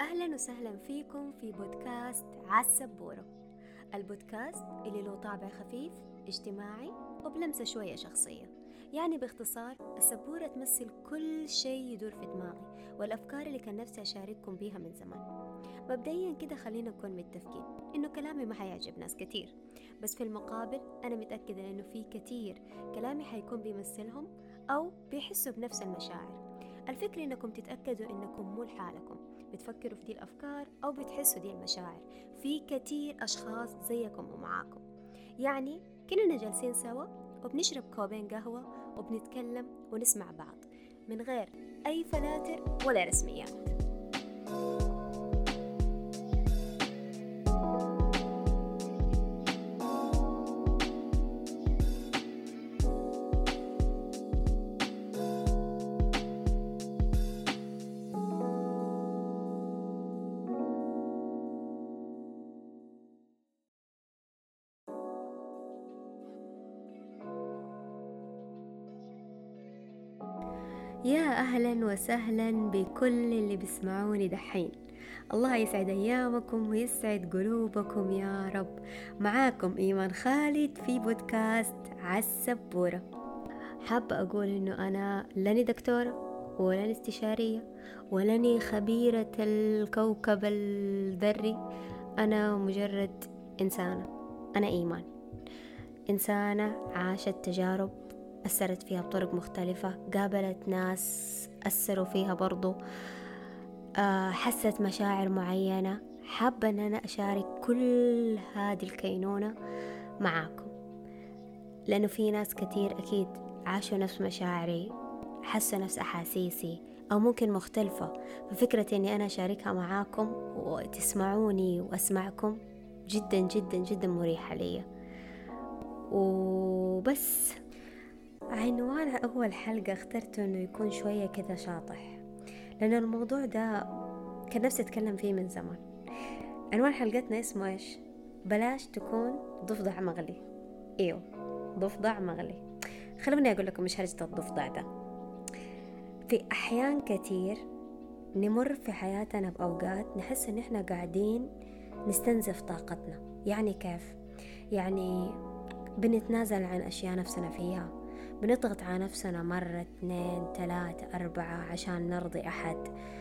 أهلا وسهلا فيكم في بودكاست عالسبورة، البودكاست اللي له طابع خفيف اجتماعي وبلمسة شوية شخصية. يعني باختصار السبورة تمثل كل شيء يدور في دماغي والأفكار اللي كان نفسي أشارككم بيها من زمان. مبدئيا كده خلينا نكون متفقين إنه كلامي ما حيعجب ناس كتير، بس في المقابل أنا متأكدة إنه في كتير كلامي حيكون بيمثلهم أو بيحسوا بنفس المشاعر. الفكرة إنكم تتأكدوا إنكم مو لحالكم بتفكروا في دي الأفكار أو بتحسوا دي المشاعر، في كتير أشخاص زيكم ومعاكم. يعني كلنا جالسين سوا وبنشرب كوبين قهوة وبنتكلم ونسمع بعض من غير أي فلاتر ولا رسميات. يا أهلا وسهلا بكل اللي بيسمعوني دحين، الله يسعد أيامكم ويسعد قلوبكم يا رب. معاكم إيمان خالد في بودكاست عالسبورة. حابة أقول إنه أنا لاني دكتورة ولاني استشارية ولاني خبيرة الكوكب الذري، أنا مجرد إنسانة. أنا إيمان، إنسانة عاشت تجارب أثرت فيها بطرق مختلفة، قابلت ناس أثروا فيها برضو، حست مشاعر معينة. حابة أن أنا أشارك كل هذه الكينونة معاكم، لأنه في ناس كتير أكيد عاشوا نفس مشاعري، حسوا نفس أحاسيسي أو ممكن مختلفة. ففكرة أني أنا أشاركها معاكم وتسمعوني وأسمعكم جدا جدا جدا مريحة لي. وبس عنوان أول حلقة اخترته أنه يكون شوية كذا شاطح، لأن الموضوع ده كان نفسي أتكلم فيه من زمان. عنوان حلقتنا اسمه إيش؟ بلاش تكون ضفدع مغلي. إيوه، ضفدع مغلي. خلوني أقول لكم إيش هرجة الضفدع ده. في أحيان كتير نمر في حياتنا بأوقات نحس إن إحنا قاعدين نستنزف طاقتنا. يعني كيف؟ يعني بنتنازل عن أشياء نفسنا فيها، بنضغط على نفسنا مرة 2 3 4 عشان نرضي أحد،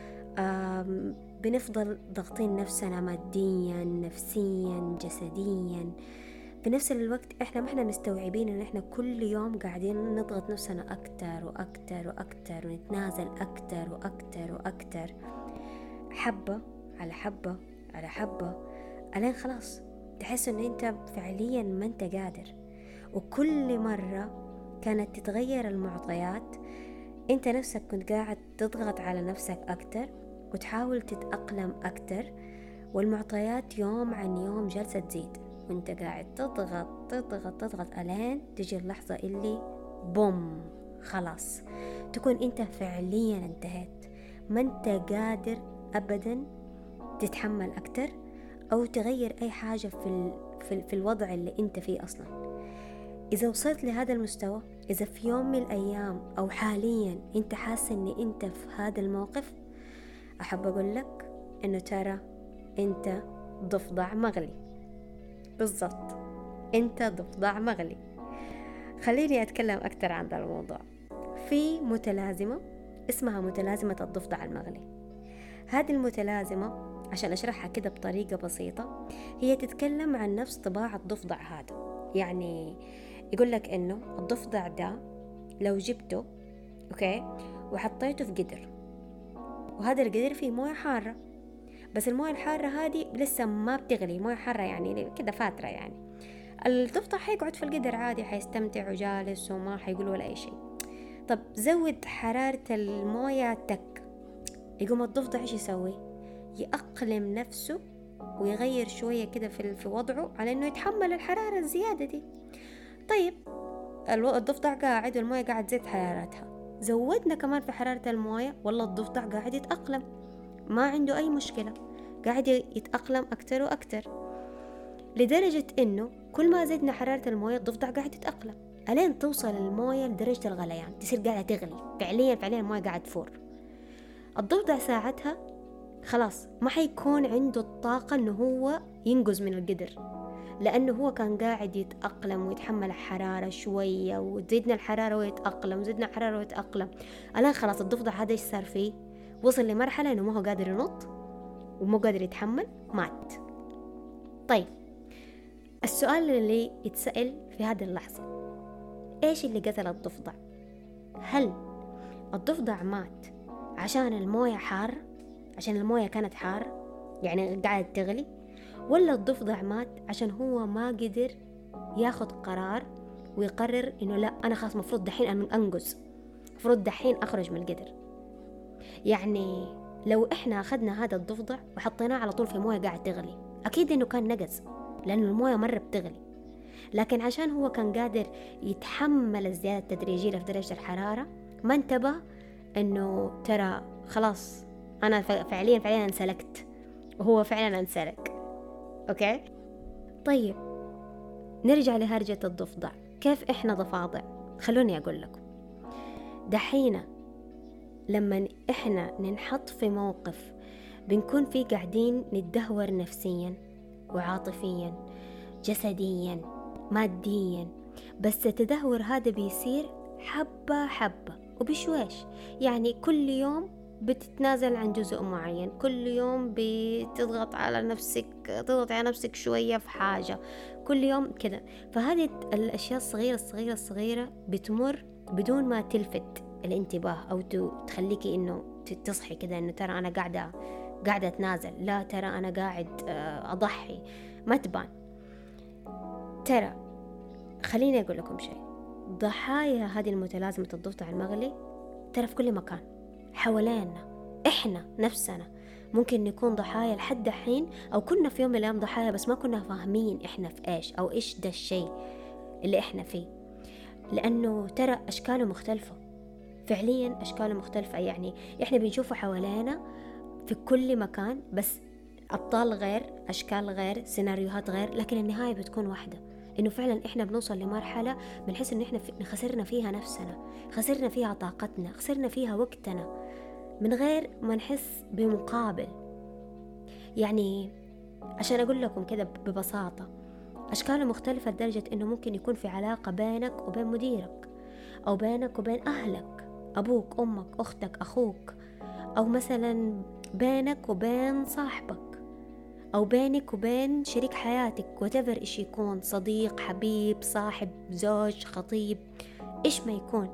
بنفضل ضغطين نفسنا ماديا نفسيا جسديا. في نفس الوقت إحنا ما إحنا مستوعبين إن إحنا كل يوم قاعدين نضغط نفسنا أكتر وأكتر وأكتر ونتنازل أكتر وأكتر وأكتر، حبة على حبة على حبة، ألين خلاص تحس إن أنت فعليا ما أنت قادر. وكل مرة كانت تتغير المعطيات، أنت نفسك كنت قاعد تضغط على نفسك أكتر وتحاول تتأقلم أكتر، والمعطيات يوم عن يوم جالسة تزيد وانت قاعد تضغط تضغط تضغط ألين تجي اللحظة اللي بوم خلاص تكون انت فعليا انتهيت، ما انت قادر أبدا تتحمل أكتر أو تغير أي حاجة في الوضع اللي انت فيه أصلا. إذا وصلت لهذا المستوى، إذا في يوم من الأيام أو حاليا انت حاسس ان انت في هذا الموقف، أحب أقول لك إنه ترى أنت ضفدع مغلي. بالضبط، أنت ضفدع مغلي. خليني أتكلم أكتر عن ذا الموضوع. في متلازمة اسمها متلازمة الضفدع المغلي. هذه المتلازمة عشان أشرحها كده بطريقة بسيطة، هي تتكلم عن نفس طباع الضفدع هذا. يعني يقول لك إنه الضفدع ده لو جبته وحطيته في قدر، وهذا القدر فيه موية حارة، بس الموية الحارة هذه لسه ما بتغلي، موية حارة يعني كده فاترة. يعني الضفدع حيقعد في القدر عادي، حيستمتع وجالس وما حيقول ولا أي شيء. طب زود حرارة الموية تك، يقوم الضفدع إيش يسوي؟ يأقلم نفسه ويغير شوية كده في وضعه على إنه يتحمل الحرارة الزيادة دي. طيب الضفدع قاعد والموية قاعد تزيد حرارتها، زودنا كمان في حرارة الموية، والله الضفدع قاعد يتأقلم، ما عنده أي مشكلة، قاعد يتأقلم أكتر وأكتر، لدرجة إنه كل ما زدنا حرارة الموية الضفدع قاعد يتأقلم، ألين توصل الموية لدرجة الغليان، تصير قاعدة تغلي فعليا الموية قاعد تفور. الضفدع ساعتها خلاص ما حيكون عنده الطاقة انه هو ينقز من القدر، لأنه هو كان قاعد يتأقلم ويتحمل الحرارة شوية، وزدنا الحرارة ويتأقلم، زدنا الحرارة ويتأقلم. الآن خلاص الضفدع هذا إيش صار فيه؟ وصل لمرحلة إنه ما هو قادر ينط وما قادر يتحمل، مات. طيب السؤال اللي يتسأل في هذه اللحظة، إيش اللي قتل الضفدع؟ هل الضفدع مات عشان الموية حار، عشان الموية كانت حار يعني قاعدة تغلي، ولا الضفدع مات عشان هو ما قدر ياخد قرار ويقرر إنه لا أنا خلاص مفروض دحين أنقز، مفروض دحين أخرج من القدر؟ يعني لو إحنا أخذنا هذا الضفدع وحطيناه على طول في موية قاعد تغلي، أكيد إنه كان نقز، لأنه الموية مرة بتغلي. لكن عشان هو كان قادر يتحمل الزيادة التدريجية في درجة الحرارة، ما انتبه إنه ترى خلاص أنا فعليا انسلكت، وهو فعلا انسلك. أوكي؟ طيب نرجع لهرجة الضفدع. كيف إحنا ضفادع؟ خلوني أقول لكم، دحين لما إحنا ننحط في موقف بنكون فيه قاعدين نتدهور نفسيا وعاطفيا جسديا ماديا، بس التدهور هذا بيصير حبة حبة وبشويش. يعني كل يوم بتتنازل عن جزء معين، كل يوم بتضغط على نفسك، تضغط على نفسك شوية في حاجة، كل يوم كده. فهذه الأشياء الصغيرة بتمر بدون ما تلفت الانتباه أو تخليكي إنه تصحي كده إنه ترى أنا قاعدة أتنازل، لا ترى أنا قاعد أضحي، ما تبان. ترى خليني أقول لكم شيء، ضحايا هذه المتلازمة الضفدع المغلي ترى في كل مكان حوالينا. إحنا نفسنا ممكن نكون ضحايا لحد الحين، أو كنا في يوم من الأيام ضحايا بس ما كنا فاهمين إحنا في إيش أو إيش ده الشيء اللي إحنا فيه، لأنه ترى أشكاله مختلفة، فعليا أشكاله مختلفة. يعني إحنا بنشوفه حوالينا في كل مكان، بس أبطال غير، أشكال غير، سيناريوهات غير، لكن النهاية بتكون واحدة، إنه فعلا إحنا بنوصل لمرحلة بنحس إنه إحنا خسرنا فيها نفسنا، خسرنا فيها طاقتنا، خسرنا فيها وقتنا من غير ما نحس بمقابل. يعني عشان أقول لكم كده ببساطة، أشكاله مختلفة لدرجة إنه ممكن يكون في علاقة بينك وبين مديرك، أو بينك وبين أهلك، أبوك أمك أختك أخوك، أو مثلا بينك وبين صاحبك، أو بينك وبين شريك حياتك whatever إيش يكون، صديق، حبيب، صاحب، زوج، خطيب، إيش ما يكون.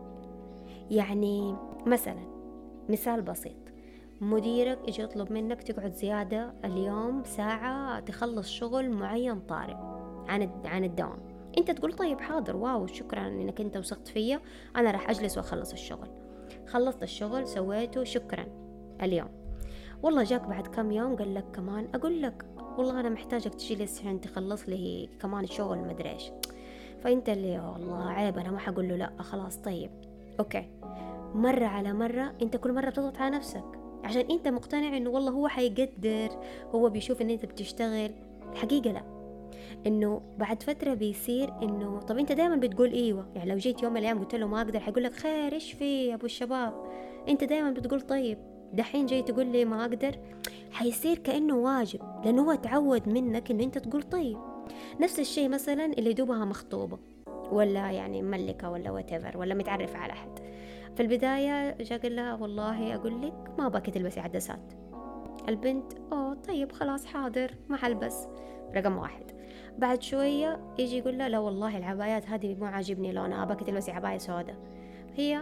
يعني مثلا مثال بسيط، مديرك يجي يطلب منك تقعد زيادة اليوم ساعة تخلص شغل معين طارئ عن الدوام، انت تقول طيب حاضر، واو شكرا انك انت وثقت فيا، انا راح اجلس واخلص الشغل. خلصت الشغل سويته، شكرا اليوم. والله جاك بعد كم يوم قال لك كمان اقول لك والله انا محتاجك تجلس عشان تخلص لي كمان الشغل مدري ايش. فانت اللي والله عيب انا ما حقول له لا، خلاص طيب اوكي. مرة على مرة انت كل مرة بتضغط على نفسك عشان انت مقتنع انه والله هو حيقدر، هو بيشوف ان انت بتشتغل. الحقيقة لا، انه بعد فترة بيصير انه طب انت دايما بتقول ايوه. يعني لو جيت يوم من الايام قلت له ما اقدر، حيقول لك خير ايش في يا ابو الشباب، انت دايما بتقول طيب، دحين جاي تقول لي ما اقدر. حيصير كأنه واجب، لانه هو تعود منك انه انت تقول طيب. نفس الشيء مثلا اللي دوبها مخطوبة ولا يعني مملكة ولا whatever ولا متعرف على أحد، في البداية جا قال لها والله أقول لك ما باكي تلبسي عدسات. البنت طيب خلاص حاضر ما حلبس، رقم 1. بعد شوية يجي يقول لها لا والله العبايات هذه مو عاجبني لونها، أباكي تلبسي عباية سوداء. هي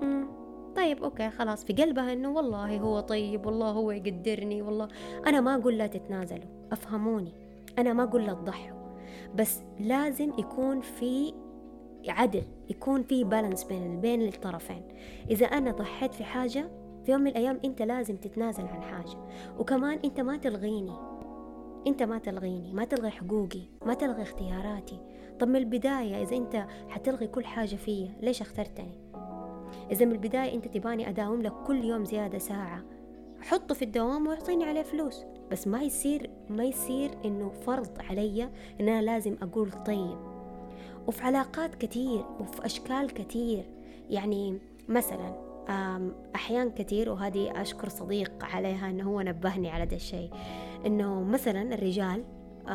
طيب أوكي خلاص، في قلبها إنه والله هو طيب، والله هو يقدرني، والله. أنا ما أقول لا تتنازلوا، أفهموني، أنا ما أقول لا تضحوا، بس لازم يكون في عدل، يكون في بالانس بين الطرفين. إذا أنا ضحيت في حاجة، في يوم من الأيام أنت لازم تتنازل عن حاجة. وكمان أنت ما تلغيني، ما تلغي حقوقي، ما تلغي اختياراتي. طب من البداية إذا أنت حتلغي كل حاجة فيا، ليش اخترتني؟ إذا من البداية أنت تباني أداوم لك كل يوم زيادة ساعة، حطه في الدوام ويعطيني عليه فلوس، بس ما يصير إنه فرض علي إن أنا لازم أقول طيب. وفي علاقات كتير وفي أشكال كتير. يعني مثلا أحيان كتير، وهذه أشكر صديق عليها أنه هو نبهني على ده الشيء، أنه مثلا الرجال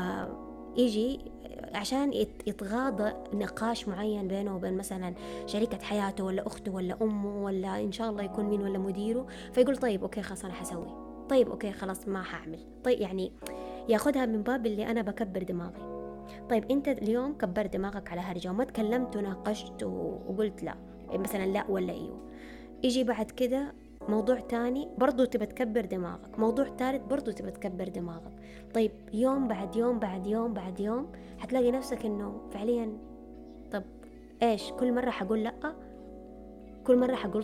يجي عشان يتغاضى نقاش معين بينه وبين مثلا شريكة حياته ولا أخته ولا أمه ولا إن شاء الله يكون مين ولا مديره، فيقول طيب أوكي خلاص أنا حسوي، طيب أوكي خلاص ما حعمل، طيب يعني ياخدها من باب اللي أنا بكبر دماغي. طيب أنت اليوم كبر دماغك على هرجة وما تكلمت وناقشت وقلت لا مثلا لا ولا ايوه، يجي بعد كده موضوع تاني برضو تبى تكبر دماغك، موضوع ثالث برضو تبى تكبر دماغك. طيب يوم بعد يوم بعد يوم بعد يوم حتلاقي نفسك انه فعليا طب ايش، كل مرة حقول لا، كل مرة حقول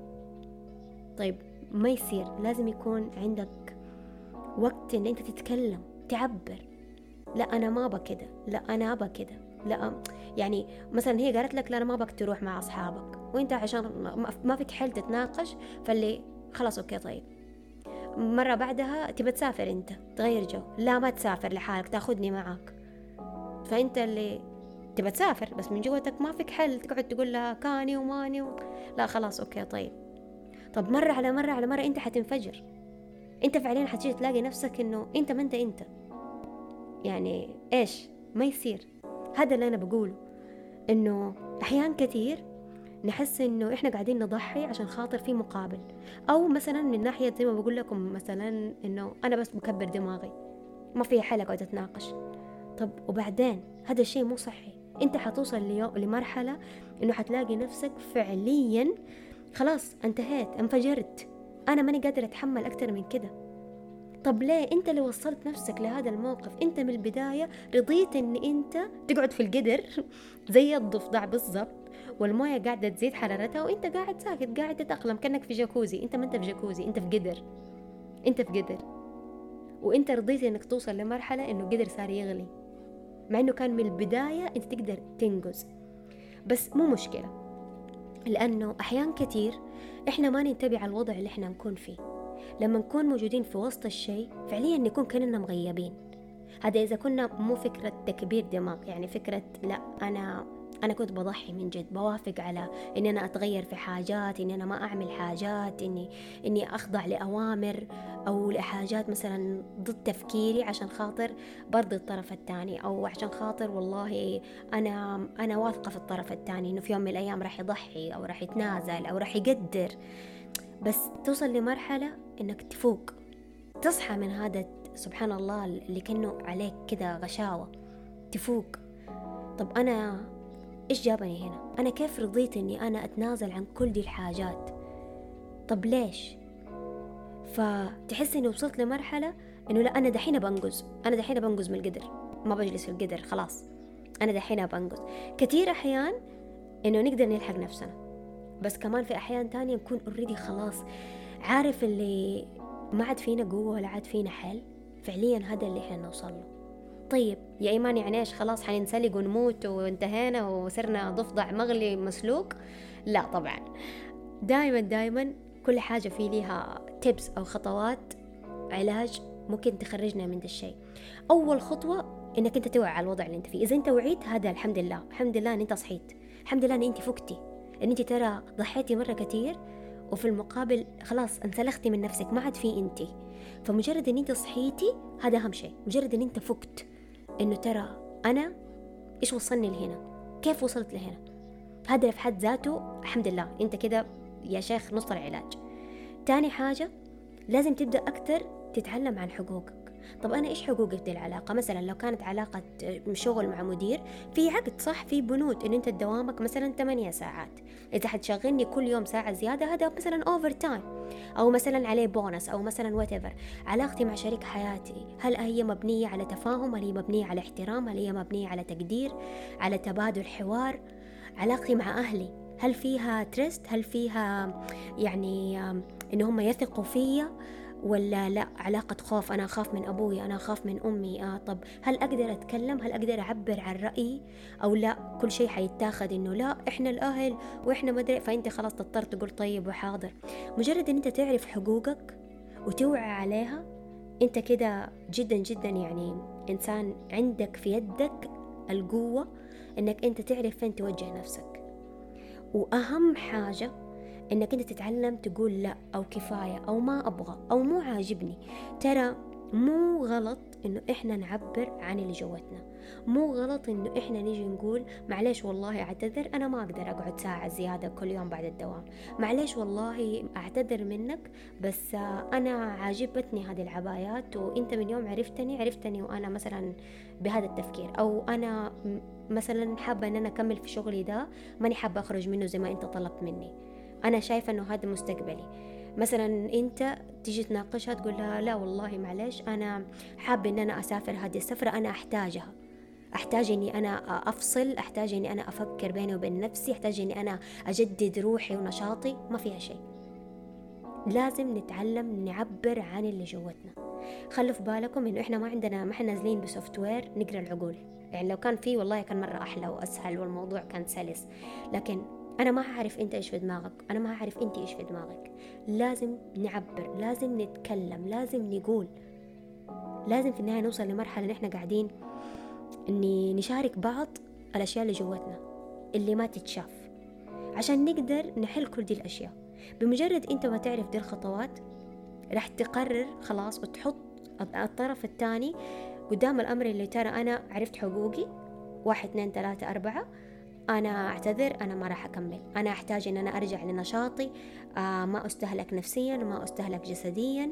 طيب ما يصير، لازم يكون عندك وقت ان انت تتكلم تعبر، لا انا ما ابى كده، لا انا ابى كده، لا يعني مثلا هي قالت لك لا انا ما ابغاك تروح مع اصحابك، وانت عشان ما فيك حل تتناقش فاللي خلاص اوكي طيب، مرة بعدها تبى تسافر انت تغير جو، لا ما تسافر لحالك تاخدني معاك، فانت اللي تبى تسافر بس من جوتك ما فيك حل تقعد تقول لها كاني وماني لا خلاص اوكي طيب. طب مرة على مرة على مرة انت حتنفجر، انت فعليا حتيجي تلاقي نفسك انه انت ما انت يعني ايش، ما يصير. هذا اللي انا بقوله، انه احيان كثير نحس انه احنا قاعدين نضحي عشان خاطر في مقابل، او مثلا من ناحية زي ما بقول لكم مثلا انه انا بس بكبر دماغي ما في حل اقعد اتناقش. طب وبعدين هذا الشيء مو صحي، انت حتوصل لمرحلة انه حتلاقي نفسك فعليا خلاص انتهيت انفجرت، انا ماني قادرة اتحمل اكتر من كده. طب ليه انت اللي وصلت نفسك لهذا الموقف؟ انت من البداية رضيت ان انت تقعد في القدر زي الضفدع بالضبط، والموية قاعدة تزيد حرارتها وانت قاعد ساكت قاعد تتأقلم كأنك في جاكوزي، انت ما انت في جاكوزي، انت في قدر، انت في قدر، وانت رضيت انك توصل لمرحلة انه قدر صار يغلي، مع انه كان من البداية انت تقدر تنجز. بس مو مشكلة، لانه احيان كتير احنا ما ننتبه على الوضع اللي احنا نكون فيه، لما نكون موجودين في وسط الشيء فعليا نكون كأننا مغيبين. هذا إذا كنا مو فكرة تكبير دماغ، يعني فكرة لا أنا كنت بضحي من جد، بوافق على إني أنا أتغير في حاجات، إني أنا ما أعمل حاجات، إني أخضع لأوامر أو لحاجات مثلا ضد تفكيري عشان خاطر برضي الطرف الثاني، أو عشان خاطر والله أنا واثقة في الطرف الثاني إنه في يوم من الأيام راح يضحي أو راح يتنازل أو راح يقدر. بس توصل لمرحلة إنك تفوق، تصحى من هذا سبحان الله اللي كأنه عليك كده غشاوة، تفوق. طب أنا إيش جابني هنا؟ أنا كيف رضيت إني أنا أتنازل عن كل دي الحاجات؟ طب ليش؟ فتحس إني وصلت لمرحلة إنه لا أنا دحين بنجز، أنا دحين بنجز من القدر، ما بجلس في القدر خلاص، أنا دحين بنجز. كتير أحيان إنه نقدر نلحق نفسنا، بس كمان في أحيان تانية نكون أوريدي خلاص عارف اللي ما عاد فينا قوة ولا عاد فينا حل، فعليا هذا اللي احنا نوصل له. طيب يا إيمان يعني إيش خلاص حننسلق ونموت وانتهينا وصرنا ضفدع مغلي مسلوق؟ لا طبعا، دايما كل حاجة في ليها تيبس أو خطوات علاج ممكن تخرجنا من ده الشيء. أول خطوة إنك أنت توعى على الوضع اللي أنت فيه، إذا أنت وعيت هذا الحمد لله، الحمد لله إن أنت صحيت، الحمد لله إن أنت فكتي، إن أنت ترى ضحيتي مرة كتير وفي المقابل خلاص انسلختي من نفسك ما عاد في أنت. فمجرد إن أنت صحيتي هذا أهم شيء، مجرد إن أنت فكت إنه ترى أنا إيش وصلني لهنا، كيف وصلت لهنا، هذا في حد ذاته الحمد لله أنت كده يا شيخ نص العلاج. تاني حاجة لازم تبدأ أكتر تتعلم عن حقوقك. طب أنا إيش حقوقي في العلاقة؟ مثلا لو كانت علاقة شغل مع مدير، في عقد صح، في بنود إن أنت دوامك مثلا 8 ساعات، إذا حتشغلني كل يوم ساعة زيادة هذا مثلا أوفر تايم، أو مثلا عليه بونس، أو مثلا whatever. علاقتي مع شريك حياتي هل هي مبنية على تفاهم، هل هي مبنية على احترام، هل هي مبنية على تقدير، على تبادل حوار؟ علاقتي مع أهلي هل فيها ترست، هل فيها يعني إن هم يثقوا فيا، ولا لا علاقة خوف، أنا أخاف من أبوي، أنا أخاف من أمي؟ طب هل أقدر أتكلم، هل أقدر أعبر عن رأيي، أو لا كل شيء حيتاخد إنه لا إحنا الأهل وإحنا مدري، فأنت خلاص تضطر تقول طيب وحاضر. مجرد إن أنت تعرف حقوقك وتوعى عليها أنت كده جدا يعني إنسان عندك في يدك القوة إنك أنت تعرف فين توجه نفسك. وأهم حاجة إنك أنت تتعلم تقول لا، أو كفاية، أو ما أبغى، أو مو عاجبني. ترى مو غلط إنه إحنا نعبر عن اللي جوتنا، مو غلط إنه إحنا نيجي نقول معليش والله أعتذر، أنا ما أقدر أقعد ساعة زيادة كل يوم بعد الدوام، معليش والله أعتذر منك، بس أنا عاجبتني هذه العبايات، وإنت من يوم عرفتني وأنا مثلا بهذا التفكير، أو أنا مثلا حابة إن أنا أكمل في شغلي ده، ماني حابة أخرج منه زي ما أنت طلبت مني، أنا شايفة إنه هذا مستقبلي. مثلا أنت تيجي تناقشها تقول لها لا والله معلش، أنا حابة إن أنا أسافر هذه السفرة، أنا أحتاجها، أحتاج إني أنا أفصل، أحتاج إني أنا أفكر بيني وبين نفسي، أحتاج إني أنا أجدد روحي ونشاطي، ما فيها شيء. لازم نتعلم نعبر عن اللي جوتنا. خلوا في بالكم إنه إحنا ما إحنا نازلين بسوفت وير نقرأ العقول، يعني لو كان فيه والله كان مرة أحلى وأسهل والموضوع كان سلس، لكن أنا ما أعرف أنت إيش في دماغك، أنا ما أعرف أنت إيش في دماغك. لازم نعبر، لازم نتكلم، لازم نقول، لازم في النهاية نوصل لمرحلة إن إحنا قاعدين إني نشارك بعض الأشياء اللي جوتنا اللي ما تتشاف، عشان نقدر نحل كل دي الأشياء. بمجرد أنت ما تعرف دي الخطوات راح تقرر خلاص وتحط الطرف الثاني قدام الأمر اللي ترى أنا عرفت حقوقي 1 2 3 4، أنا أعتذر، أنا ما راح أكمل، أنا أحتاج أن أنا أرجع لنشاطي، ما أستهلك نفسيا، ما أستهلك جسديا،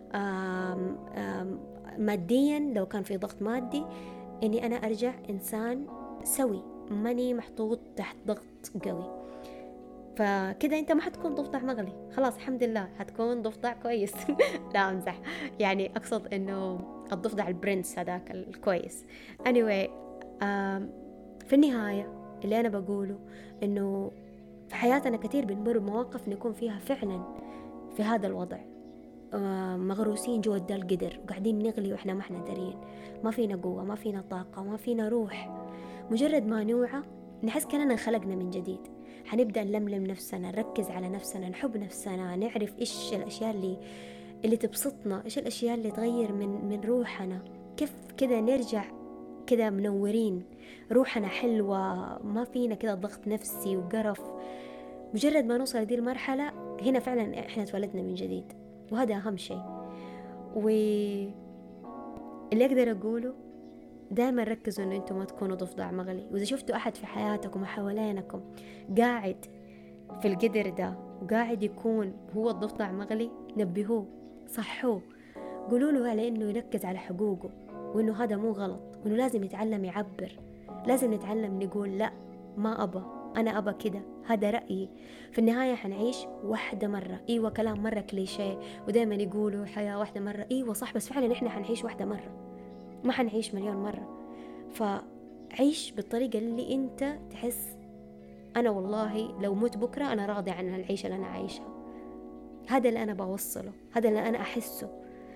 ماديا لو كان في ضغط مادي، إني أنا أرجع إنسان سوي، ماني محطوط تحت ضغط قوي. فكده انت ما حتكون ضفدع مغلي، خلاص الحمد لله حتكون ضفدع كويس. لا امزح، يعني اقصد انه الضفدع البرنس هذاك الكويس. anyway في النهاية اللي انا بقوله انه في حياتنا كثير بنمر بمواقف نكون فيها فعلا في هذا الوضع، مغروسين جوا ده القدر وقاعدين نغلي واحنا ما احنا دارين، ما فينا قوة، ما فينا طاقة، ما فينا روح. مجرد ما نوعى نحس كأننا انخلقنا من جديد، حنبدأ نلملم نفسنا، نركز على نفسنا، نحب نفسنا، نعرف إيش الأشياء اللي تبسطنا، إيش الأشياء اللي تغير من روحنا، كيف كده نرجع كده منورين، روحنا حلوة، ما فينا كده ضغط نفسي وقرف. مجرد ما نوصل لدي المرحلة هنا فعلا إحنا اتولدنا من جديد، وهذا أهم شيء. واللي أقدر أقوله دائما ركزوا انه انتم ما تكونوا ضفدع مغلي، واذا شفتوا احد في حياتكم وحوالينكم قاعد في القدر ده وقاعد يكون هو الضفدع مغلي، نبهوه، صحوه، قولوا له على انه يركز على حقوقه، وانه هذا مو غلط، وانه لازم يتعلم يعبر، لازم نتعلم نقول لا، ما ابى، انا ابى كده، هذا رأيي. في النهاية حنعيش واحدة مرة، ايوه كلام مرة كليشيه ودائما يقولوا حياة واحدة مرة، ايوه صح، بس فعلا احنا حنعيش واحدة مرة، ما حنعيش مليون مرة. فعيش بالطريقة اللي انت تحس انا والله لو مت بكرة انا راضي عن العيشة اللي انا عايشها، هذا اللي انا بوصله، هذا اللي انا احسه.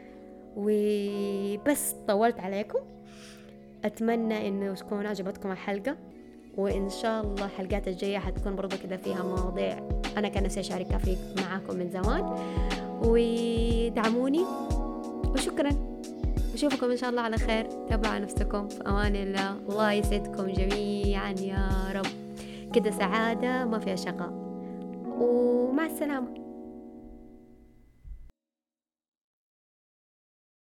وبس طولت عليكم، اتمنى انه تكون عجبتكم الحلقة، وان شاء الله الحلقات الجاية حتكون برضو كده فيها مواضيع انا كان نفسي اشاركها معاكم من زمان، ودعموني وشكرا. أشوفكم إن شاء الله على خير، تابعوا نفسكم، في أمان الله، الله يسعدكم جميعا يا رب، كده سعادة ما فيها شقاء، ومع السلامة.